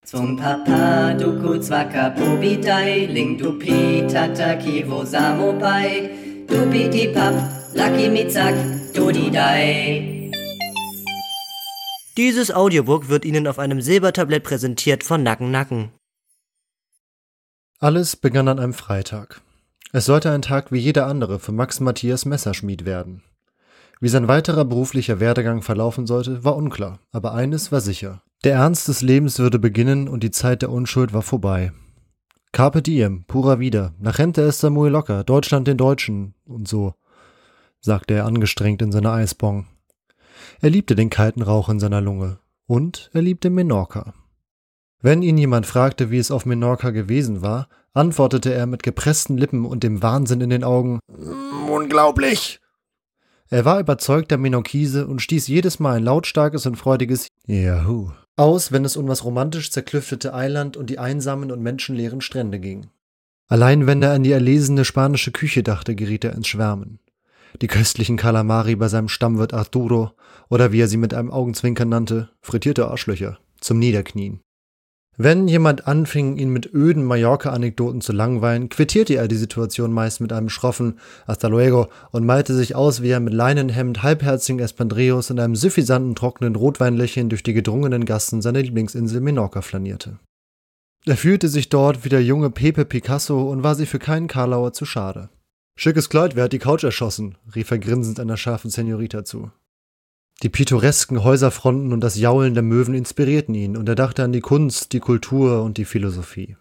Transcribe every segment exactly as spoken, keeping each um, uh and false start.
Zum Papa duku zwaka pubidai, ling dupi tataki wo samobai, dupi di pap, laki mitzak, dudidai. Dieses Audiobook wird Ihnen auf einem Silbertablett präsentiert von Nacken Nacken. Alles begann an einem Freitag. Es sollte ein Tag wie jeder andere für Max Matthias Messerschmidt werden. Wie sein weiterer beruflicher Werdegang verlaufen sollte, war unklar, aber eines war sicher. Der Ernst des Lebens würde beginnen und die Zeit der Unschuld war vorbei. Carpe diem, pura vida, nach Rente está muy locker, Deutschland den Deutschen und so, sagte er angestrengt in seiner Eisbong. Er liebte den kalten Rauch in seiner Lunge und er liebte Menorca. Wenn ihn jemand fragte, wie es auf Menorca gewesen war, antwortete er mit gepressten Lippen und dem Wahnsinn in den Augen: »Unglaublich!« Er war überzeugter Menorquise und stieß jedes Mal ein lautstarkes und freudiges Yahoo aus, wenn es um das romantisch zerklüftete Eiland und die einsamen und menschenleeren Strände ging. Allein wenn er an die erlesene spanische Küche dachte, geriet er ins Schwärmen. Die köstlichen Kalamari bei seinem Stammwirt Arturo oder wie er sie mit einem Augenzwinkern nannte, frittierte Arschlöcher, zum Niederknien. Wenn jemand anfing, ihn mit öden Mallorca-Anekdoten zu langweilen, quittierte er die Situation meist mit einem schroffen Hasta luego und malte sich aus, wie er mit Leinenhemd, halbherzigen Espandrillos und einem suffisanten, trockenen Rotweinlächeln durch die gedrungenen Gassen seiner Lieblingsinsel Menorca flanierte. Er fühlte sich dort wie der junge Pepe Picasso und war sich für keinen Karlauer zu schade. »Schickes Kleid, wer hat die Couch erschossen?« rief er grinsend einer scharfen Senorita zu. Die pittoresken Häuserfronten und das Jaulen der Möwen inspirierten ihn, und er dachte an die Kunst, die Kultur und die Philosophie.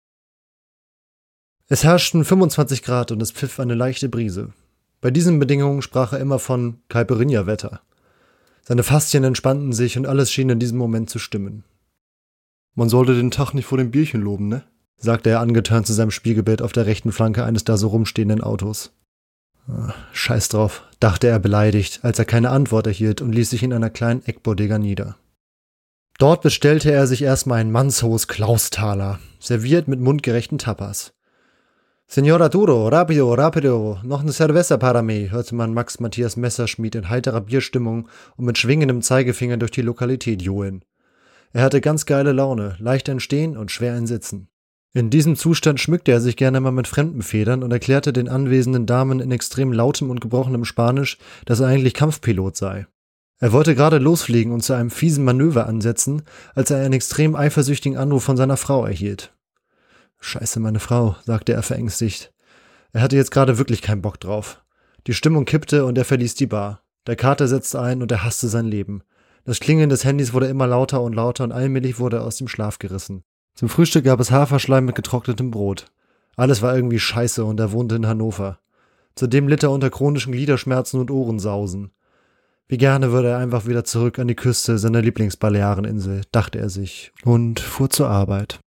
Es herrschten fünfundzwanzig Grad und es pfiff eine leichte Brise. Bei diesen Bedingungen sprach er immer von Caipirinha-Wetter. Seine Faszien entspannten sich und alles schien in diesem Moment zu stimmen. »Man sollte den Tag nicht vor dem Bierchen loben, ne?« sagte er angeturnt zu seinem Spiegelbild auf der rechten Flanke eines da so rumstehenden Autos. »Scheiß drauf«, dachte er beleidigt, als er keine Antwort erhielt und ließ sich in einer kleinen Eckbodega nieder. Dort bestellte er sich erstmal ein mannshohes Klaustaler, serviert mit mundgerechten Tapas. »Señor Arturo, rapido, rapido, noch eine Cerveza para mí«, hörte man Max Matthias Messerschmidt in heiterer Bierstimmung und mit schwingendem Zeigefinger durch die Lokalität johlen. Er hatte ganz geile Laune, leicht ein Stehen und schwer ein Sitzen. In diesem Zustand schmückte er sich gerne mal mit fremden Federn und erklärte den anwesenden Damen in extrem lautem und gebrochenem Spanisch, dass er eigentlich Kampfpilot sei. Er wollte gerade losfliegen und zu einem fiesen Manöver ansetzen, als er einen extrem eifersüchtigen Anruf von seiner Frau erhielt. »Scheiße, meine Frau«, sagte er verängstigt. Er hatte jetzt gerade wirklich keinen Bock drauf. Die Stimmung kippte und er verließ die Bar. Der Kater setzte ein und er hasste sein Leben. Das Klingeln des Handys wurde immer lauter und lauter und allmählich wurde er aus dem Schlaf gerissen. Zum Frühstück gab es Haferschleim mit getrocknetem Brot. Alles war irgendwie scheiße und er wohnte in Hannover. Zudem litt er unter chronischen Gliederschmerzen und Ohrensausen. Wie gerne würde er einfach wieder zurück an die Küste seiner Lieblingsbaleareninsel, dachte er sich, und fuhr zur Arbeit.